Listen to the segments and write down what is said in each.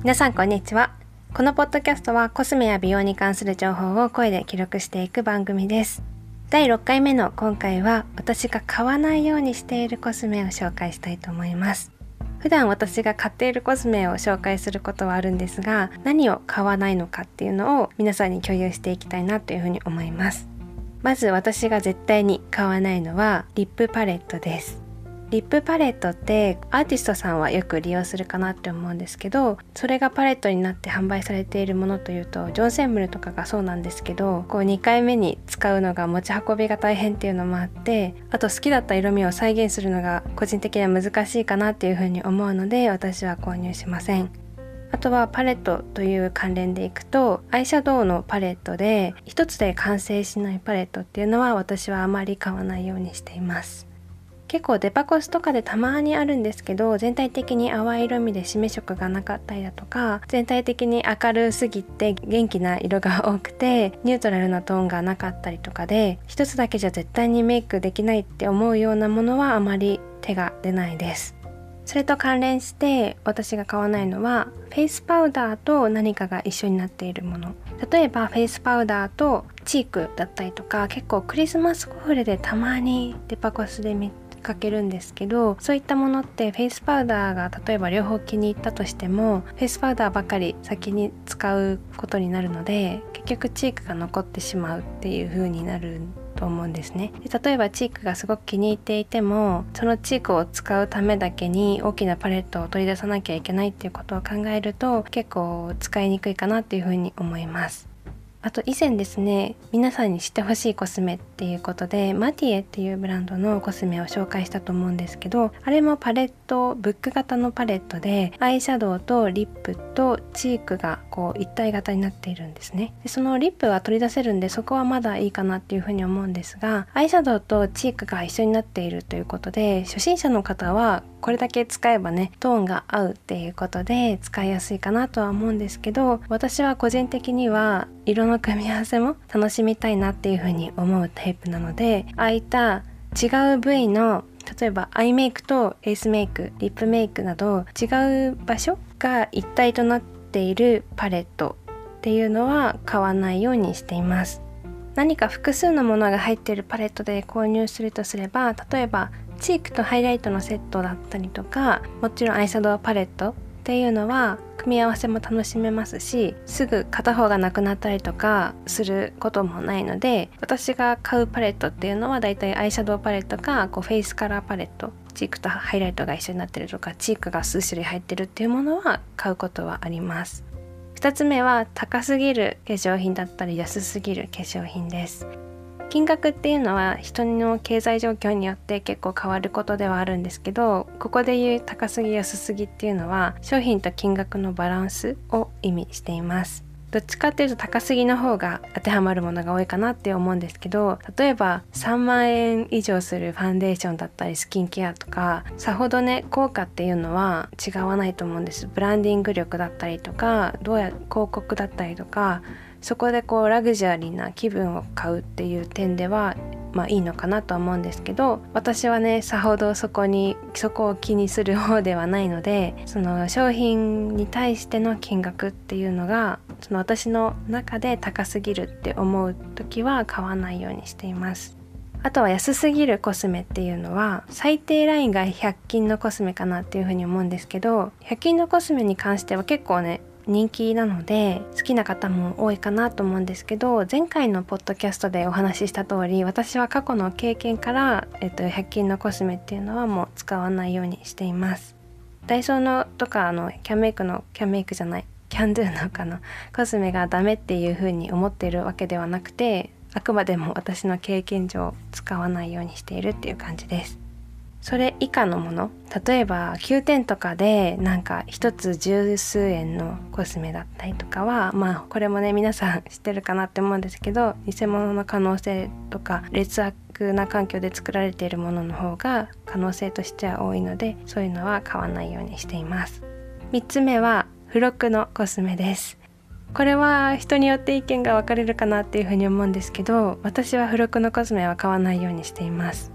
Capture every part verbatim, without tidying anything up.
皆さんこんにちは。このポッドキャストはコスメや美容に関する情報を声で記録していく番組です。だいろっかいめの今回は、私が買わないようにしているコスメを紹介したいと思います。普段私が買っているコスメを紹介することはあるんですが、何を買わないのかっていうのを皆さんに共有していきたいなというふうに思います。まず私が絶対に買わないのはリップパレットです。リップパレットってアーティストさんはよく利用するかなって思うんですけど、それがパレットになって販売されているものというとジョン・センムルとかがそうなんですけど、こうにかいめに使うのが持ち運びが大変っていうのもあって、あと好きだった色味を再現するのが個人的には難しいかなっていうふうに思うので、私は購入しません。あとはパレットという関連でいくと、アイシャドウのパレットで一つで完成しないパレットっていうのは私はあまり買わないようにしています。結構デパコスとかでたまにあるんですけど、全体的に淡い色味で締め色がなかったりだとか、全体的に明るすぎて元気な色が多くてニュートラルなトーンがなかったりとかで、一つだけじゃ絶対にメイクできないって思うようなものはあまり手が出ないです。それと関連して私が買わないのはフェイスパウダーと何かが一緒になっているもの。例えばフェイスパウダーとチークだったりとか、結構クリスマスコフレでたまにデパコスで見かけるんですけど、そういったものってフェイスパウダーが例えば両方気に入ったとしても、フェイスパウダーばかり先に使うことになるので、結局チークが残ってしまうっていう風になると思うんですね。で、例えばチークがすごく気に入っていても、そのチークを使うためだけに大きなパレットを取り出さなきゃいけないっていうことを考えると、結構使いにくいかなっていう風に思います。あと以前ですね、皆さんに知ってほしいコスメっていうことでマティエっていうブランドのコスメを紹介したと思うんですけど、あれもパレット、ブック型のパレットでアイシャドウとリップとチークがこう一体型になっているんですね。で、そのリップは取り出せるんで、そこはまだいいかなっていうふうに思うんですが、アイシャドウとチークが一緒になっているということで、初心者の方はこれだけ使えばね、トーンが合うっていうことで使いやすいかなとは思うんですけど、私は個人的には色の組み合わせも楽しみたいなっていう風に思うタイプなので、ああいった違う部位の、例えばアイメイクとフェイスメイク、リップメイクなど違う場所が一体となっているパレットっていうのは買わないようにしています。何か複数のものが入っているパレットで購入するとすれば、例えばチークとハイライトのセットだったりとか、もちろんアイシャドウパレットっていうのは組み合わせも楽しめますし、すぐ片方がなくなったりとかすることもないので、私が買うパレットっていうのはだいたいアイシャドウパレットかこうフェイスカラーパレット、チークとハイライトが一緒になってるとか、チークが数種類入ってるっていうものは買うことはあります。ふたつめは高すぎる化粧品だったり安すぎる化粧品です。金額っていうのは人の経済状況によって結構変わることではあるんですけど、ここで言う高すぎ安すぎっていうのは商品と金額のバランスを意味しています。どっちかっていうと高すぎの方が当てはまるものが多いかなって思うんですけど、例えばさんまんえん以上するファンデーションだったりスキンケアとか、さほどね効果っていうのは違わないと思うんです。ブランディング力だったりとか、どうや広告だったりとか、そこでこうラグジュアリーな気分を買うっていう点ではまあいいのかなとは思うんですけど、私はねさほどそこにそこを気にする方ではないので、その商品に対しての金額っていうのがその私の中で高すぎるって思う時は買わないようにしています。あとは安すぎるコスメっていうのは最低ラインがひゃく均のコスメかなっていうふうに思うんですけど、ひゃく均のコスメに関しては結構ね人気なので好きな方も多いかなと思うんですけど、前回のポッドキャストでお話しした通り、私は過去の経験から、えっと、ひゃく均のコスメっていうのはもう使わないようにしています。ダイソーのとかあのキャンメイクのキャンメイクじゃないキャンドゥのかのコスメがダメっていう風に思っているわけではなくて、あくまでも私の経験上使わないようにしているっていう感じです。それ以下のもの、例えばきゅうてんとかでなんか一つ十数円のコスメだったりとかは、まあこれもね皆さん知ってるかなって思うんですけど、偽物の可能性とか劣悪な環境で作られているものの方が可能性としては多いので、そういうのは買わないようにしています。みっつめは付録のコスメです。これは人によって意見が分かれるかなっていうふうに思うんですけど、私は付録のコスメは買わないようにしています。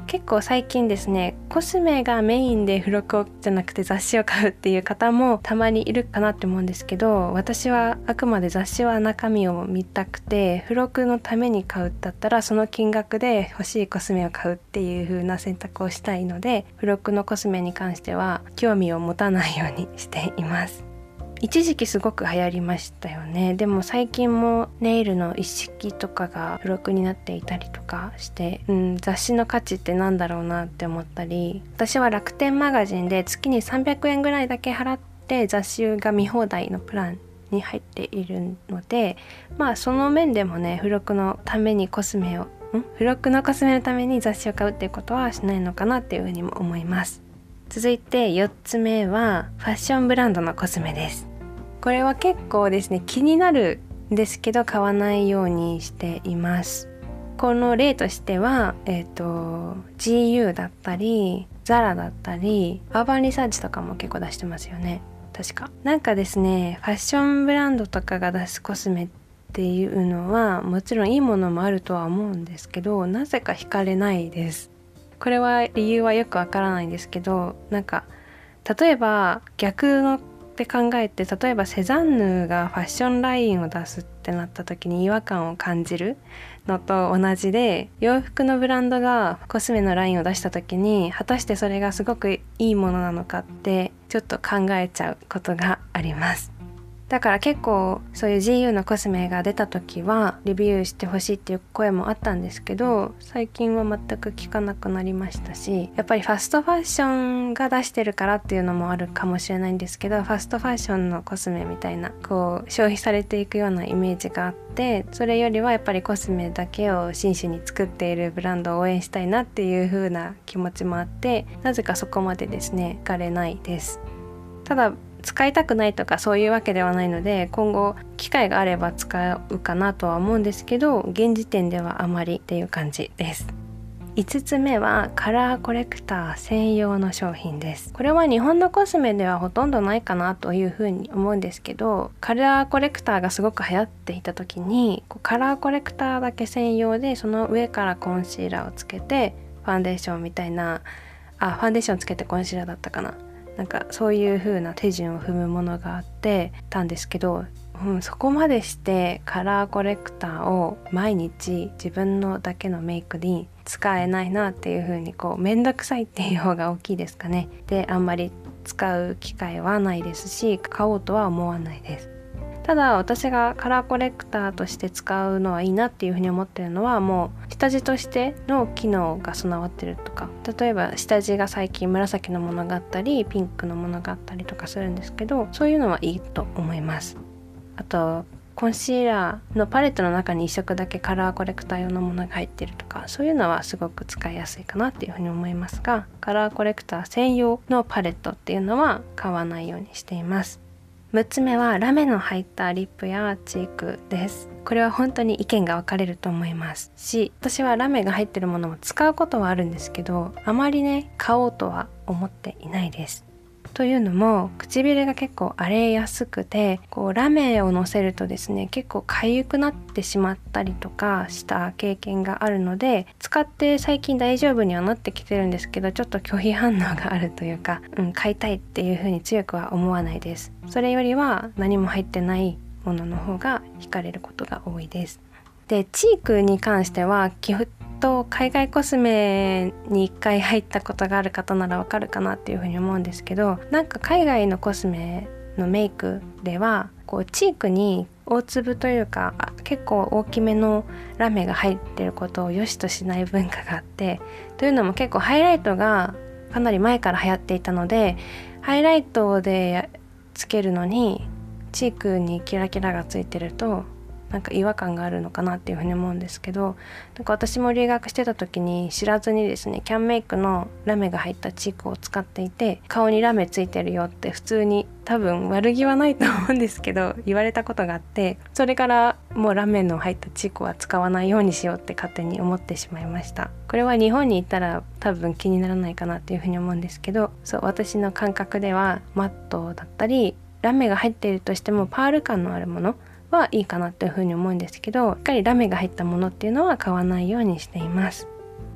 結構最近ですね、コスメがメインで付録をじゃなくて雑誌を買うっていう方もたまにいるかなって思うんですけど、私はあくまで雑誌は中身を見たくて、付録のために買うだったらその金額で欲しいコスメを買うっていう風な選択をしたいので、付録のコスメに関しては興味を持たないようにしています。一時期すごく流行りましたよね。でも最近もネイルの一式とかが付録になっていたりとかして、うん、雑誌の価値ってなんだろうなって思ったり、私は楽天マガジンで月にさんびゃくえんぐらいだけ払って雑誌が見放題のプランに入っているので、まあその面でもね、付録のためにコスメをん付録のコスメのために雑誌を買うっていうことはしないのかなっていうふうにも思います。続いてよっつめはファッションブランドのコスメです。これは結構ですね、気になるんですけど買わないようにしています。この例としては、えっと ジーユー だったり ザラ だったりアーバンリサーチとかも結構出してますよね。確かなんかですね、ファッションブランドとかが出すコスメっていうのはもちろんいいものもあるとは思うんですけど、なぜか惹かれないです。これは理由はよくわからないんですけど、なんか例えば逆のって考えて、例えばセザンヌがファッションラインを出すってなった時に違和感を感じるのと同じで、洋服のブランドがコスメのラインを出した時に果たしてそれがすごくいいものなのかってちょっと考えちゃうことがあります。だから結構そういう ジーユー のコスメが出た時はレビューしてほしいっていう声もあったんですけど、最近は全く聞かなくなりましたし、やっぱりファストファッションが出してるからっていうのもあるかもしれないんですけど、ファストファッションのコスメみたいなこう消費されていくようなイメージがあって、それよりはやっぱりコスメだけを真摯に作っているブランドを応援したいなっていう風な気持ちもあって、なぜかそこまでですね惹かれないです。ただ使いたくないとかそういうわけではないので、今後機会があれば使うかなとは思うんですけど、現時点ではあまりっていう感じです。いつつめはカラーコレクター専用の商品です。これは日本のコスメではほとんどないかなというふうに思うんですけど、カラーコレクターがすごく流行っていた時にこうカラーコレクターだけ専用で、その上からコンシーラーをつけてファンデーションみたいな、あファンデーションつけてコンシーラーだったかな、なんかそういう風な手順を踏むものがあってたんですけど、うん、そこまでしてカラーコレクターを毎日自分のだけのメイクに使えないなっていう風にこうめんどくさいっていう方が大きいですかね。であんまり使う機会はないですし、買おうとは思わないです。ただ私がカラーコレクターとして使うのはいいなっていうふうに思ってるのは、もう下地としての機能が備わってるとか、例えば下地が最近紫のものがあったりピンクのものがあったりとかするんですけど、そういうのはいいと思います。あとコンシーラーのパレットの中にいっ色だけカラーコレクター用のものが入ってるとか、そういうのはすごく使いやすいかなっていうふうに思いますが、カラーコレクター専用のパレットっていうのは買わないようにしています。むっつめはラメの入ったリップやチークです。これは本当に意見が分かれると思いますし、私はラメが入ってるものも使うことはあるんですけど、あまりね買おうとは思っていないです。というのも唇が結構荒れやすくて、こうラメをのせるとですね結構かゆくなってしまったりとかした経験があるので、使って最近大丈夫にはなってきてるんですけど、ちょっと拒否反応があるというか、うん、買いたいっていう風に強くは思わないです。それよりは何も入ってないものの方が惹かれることが多いです。でチークに関してはきっと海外コスメにいっかい入ったことがある方ならわかるかなっていうふうに思うんですけど、なんか海外のコスメのメイクではこうチークに大粒というか結構大きめのラメが入ってることを良しとしない文化があって、というのも結構ハイライトがかなり前から流行っていたので、ハイライトでつけるのにチークにキラキラがついてるとなんか違和感があるのかなっていうふうに思うんですけど、なんか私も留学してた時に知らずにですねキャンメイクのラメが入ったチークを使っていて、顔にラメついてるよって普通に多分悪気はないと思うんですけど言われたことがあって、それからもうラメの入ったチークは使わないようにしようって勝手に思ってしまいました。これは日本に行ったら多分気にならないかなっていうふうに思うんですけど、そう私の感覚ではマットだったりラメが入っているとしてもパール感のあるものはいいかなというふうに思うんですけど、しっかりラメが入ったものっていうのは買わないようにしています。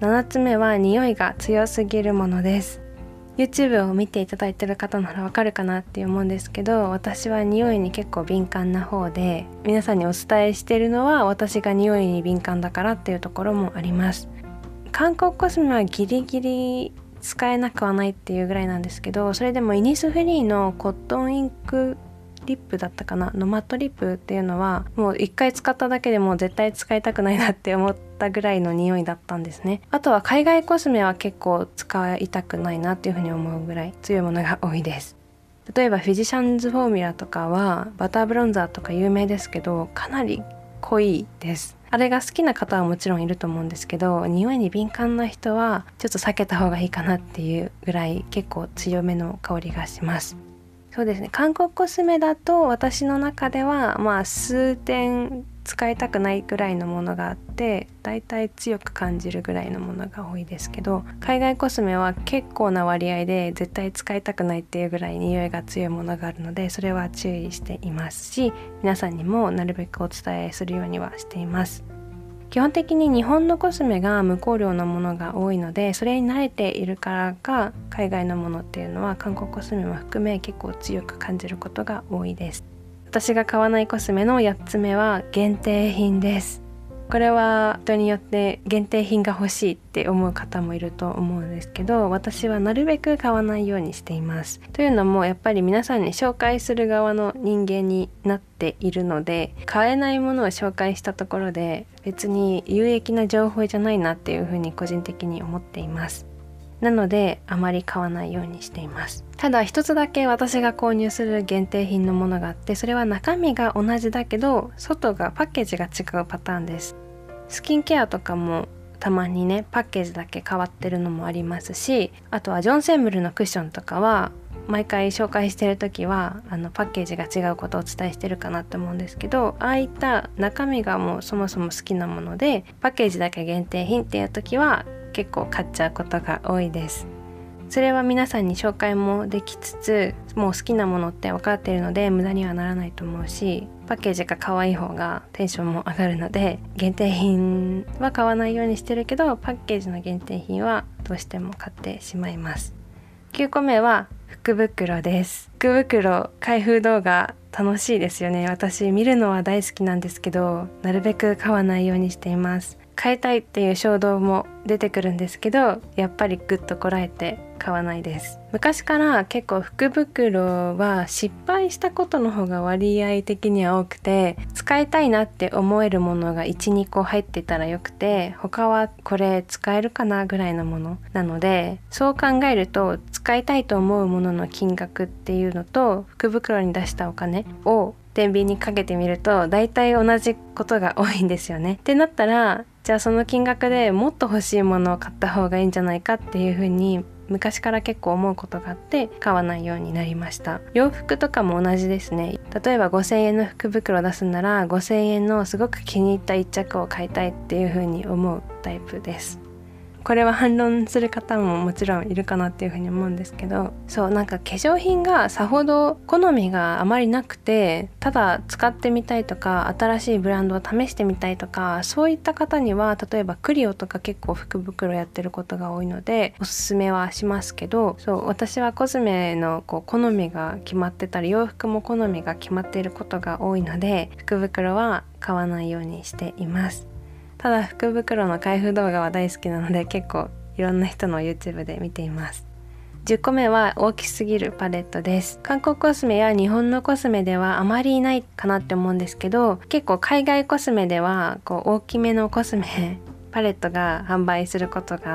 ななつめは匂いが強すぎるものです。 YouTube を見ていただいている方ならわかるかなって思うんですけど、私は匂いに結構敏感な方で、皆さんにお伝えしているのは私が匂いに敏感だからっていうところもあります。韓国コスメはギリギリ使えなくはないっていうぐらいなんですけど、それでもイニスフリーのコットンインクリップだったかなのマットリップっていうのは、もう一回使っただけでもう絶対使いたくないなって思ったぐらいの匂いだったんですね。あとは海外コスメは結構使いたくないなっていうふうに思うぐらい強いものが多いです。例えばフィジシャンズフォーミュラとかはバターブロンザーとか有名ですけど、かなり濃いです。あれが好きな方はもちろんいると思うんですけど、匂いに敏感な人はちょっと避けた方がいいかなっていうぐらい結構強めの香りがします。そうですね、韓国コスメだと私の中ではまあ数点使いたくないぐらいのものがあって、だいたい強く感じるぐらいのものが多いですけど、海外コスメは結構な割合で絶対使いたくないっていうぐらい匂いが強いものがあるので、それは注意していますし、皆さんにもなるべくお伝えするようにはしています。基本的に日本のコスメが無香料のものが多いので、それに慣れているからか海外のものっていうのは韓国コスメも含め結構強く感じることが多いです。私が買わないコスメのやっつめは限定品です。これは人によって限定品が欲しいって思う方もいると思うんですけど、私はなるべく買わないようにしています。というのもやっぱり皆さんに紹介する側の人間になっているので、買えないものを紹介したところで別に有益な情報じゃないなっていうふうに個人的に思っています。なのであまり買わないようにしています。ただ一つだけ私が購入する限定品のものがあって、それは中身が同じだけど外がパッケージが違うパターンです。スキンケアとかもたまにねパッケージだけ変わってるのもありますし、あとはジョン・センムルのクッションとかは毎回紹介してる時はあのパッケージが違うことをお伝えしてるかなと思うんですけど、ああいった中身がもうそもそも好きなものでパッケージだけ限定品っていう時は結構買っちゃうことが多いです。それは皆さんに紹介もできつつ、もう好きなものって分かっているので無駄にはならないと思うし、パッケージが可愛い方がテンションも上がるので、限定品は買わないようにしてるけどパッケージの限定品はどうしても買ってしまいます。きゅうこめは福袋です。福袋開封動画楽しいですよね。私見るのは大好きなんですけど、なるべく買わないようにしています。買いたいっていう衝動も出てくるんですけど、やっぱりグッとこらえて買わないです。昔から結構福袋は失敗したことの方が割合的には多くて、使いたいなって思えるものが いちにこ入ってたらよくて、他はこれ使えるかなぐらいのものなので、そう考えると使いたいと思うものの金額っていうのと福袋に出したお金を天秤にかけてみると大体同じことが多いんですよね。ってなったら、じゃあその金額でもっと欲しいものを買った方がいいんじゃないかっていう風に昔から結構思うことがあって買わないようになりました。洋服とかも同じですね。例えばごせんえんの福袋を出すならごせんえんのすごく気に入った一着を買いたいっていう風に思うタイプです。これは反論する方ももちろんいるかなっていうふうに思うんですけど、そうなんか化粧品がさほど好みがあまりなくて、ただ使ってみたいとか新しいブランドを試してみたいとか、そういった方には例えばクリオとか結構福袋やってることが多いのでおすすめはしますけど、そう私はコスメのこう好みが決まってたり洋服も好みが決まっていることが多いので、福袋は買わないようにしています。ただ福袋の開封動画は大好きなので結構いろんな人の YouTube で見ています。じゅっこめは大きすぎるパレットです。韓国コスメや日本のコスメではあまりいないかなって思うんですけど、結構海外コスメではこう大きめのコスメパレットが販売することがあって、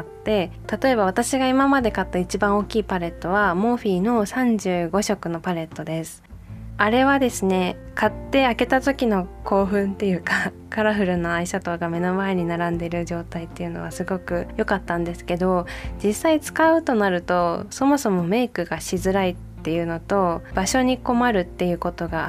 例えば私が今まで買った一番大きいパレットはモーフィーのさんじゅうごしょくのパレットです。あれはですね、買って開けた時の興奮っていうかカラフルなアイシャドウが目の前に並んでいる状態っていうのはすごく良かったんですけど、実際使うとなるとそもそもメイクがしづらいっていうのと場所に困るっていうことがあって、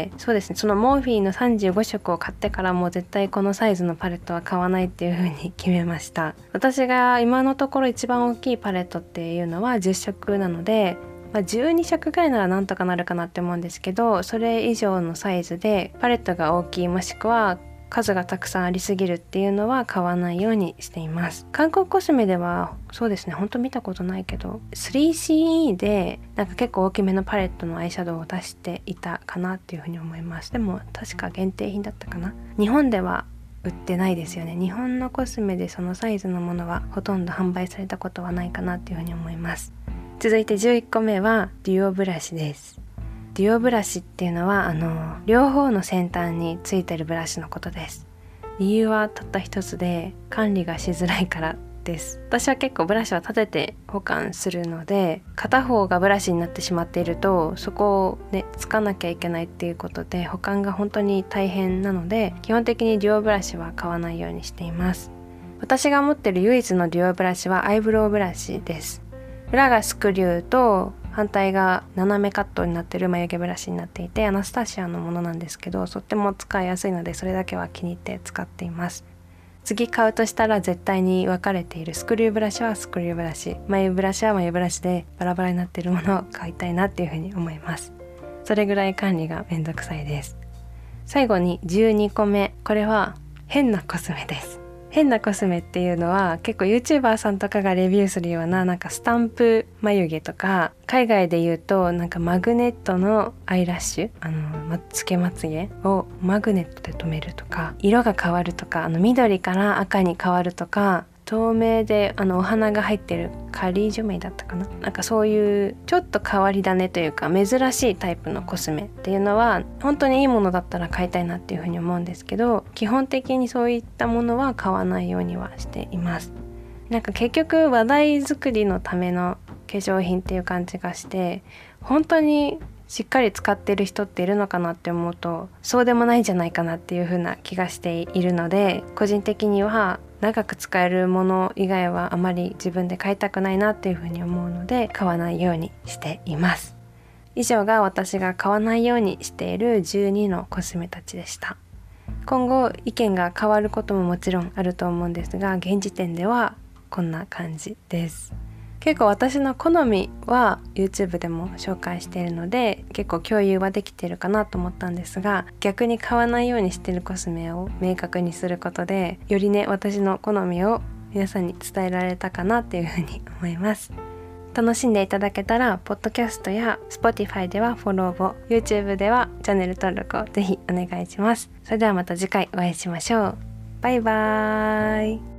そうですね、そのモーフィーのさんじゅうごしょくを買ってからもう絶対このサイズのパレットは買わないっていう風に決めました。私が今のところ一番大きいパレットっていうのはじゅっしょくなので、まあ、じゅうにしょくぐらいならなんとかなるかなって思うんですけど、それ以上のサイズでパレットが大きいもしくは数がたくさんありすぎるっていうのは買わないようにしています。韓国コスメではそうですね、ほんと見たことないけど スリーシーイー でなんか結構大きめのパレットのアイシャドウを出していたかなっていうふうに思います。でも確か限定品だったかな。日本では売ってないですよね。日本のコスメでそのサイズのものはほとんど販売されたことはないかなっていうふうに思います。続いてじゅういっこめはデュオブラシです。デュオブラシっていうのはあの両方の先端についてるブラシのことです。理由はたった一つで、管理がしづらいからです。私は結構ブラシは立てて保管するので、片方がブラシになってしまっているとそこをねつかなきゃいけないっていうことで保管が本当に大変なので、基本的にデュオブラシは買わないようにしています。私が持ってる唯一のデュオブラシはアイブロウブラシです。裏がスクリューと反対が斜めカットになってる眉毛ブラシになっていて、アナスタシアのものなんですけど、とっても使いやすいのでそれだけは気に入って使っています。次買うとしたら絶対に分かれているスクリューブラシはスクリューブラシ、眉ブラシは眉ブラシでバラバラになっているものを買いたいなっていうふうに思います。それぐらい管理がめんどくさいです。最後にじゅうにこめ、これは変なコスメです。変なコスメっていうのは結構 YouTuber さんとかがレビューするようななんかスタンプ眉毛とか、海外で言うとなんかマグネットのアイラッシュ、あのまつけまつげをマグネットで留めるとか、色が変わるとか、あの緑から赤に変わるとか、透明であのお花が入ってるカリージョメイだったかな、なんかそういうちょっと変わり種というか珍しいタイプのコスメっていうのは本当にいいものだったら買いたいなっていうふうに思うんですけど、基本的にそういったものは買わないようにはしています。なんか結局話題作りのための化粧品っていう感じがして、本当にしっかり使ってる人っているのかなって思うとそうでもないんじゃないかなっていう風な気がしているので、個人的には長く使えるもの以外はあまり自分で買いたくないなっていう風に思うので買わないようにしています。以上が私が買わないようにしているじゅうにのコスメたちでした。今後意見が変わることももちろんあると思うんですが、現時点ではこんな感じです。結構私の好みは YouTube でも紹介しているので結構共有はできているかなと思ったんですが、逆に買わないようにしているコスメを明確にすることでよりね私の好みを皆さんに伝えられたかなっていうふうに思います。楽しんでいただけたらポッドキャストや Spotify ではフォローを、 YouTube ではチャンネル登録をぜひお願いします。それではまた次回お会いしましょう。バイバーイ。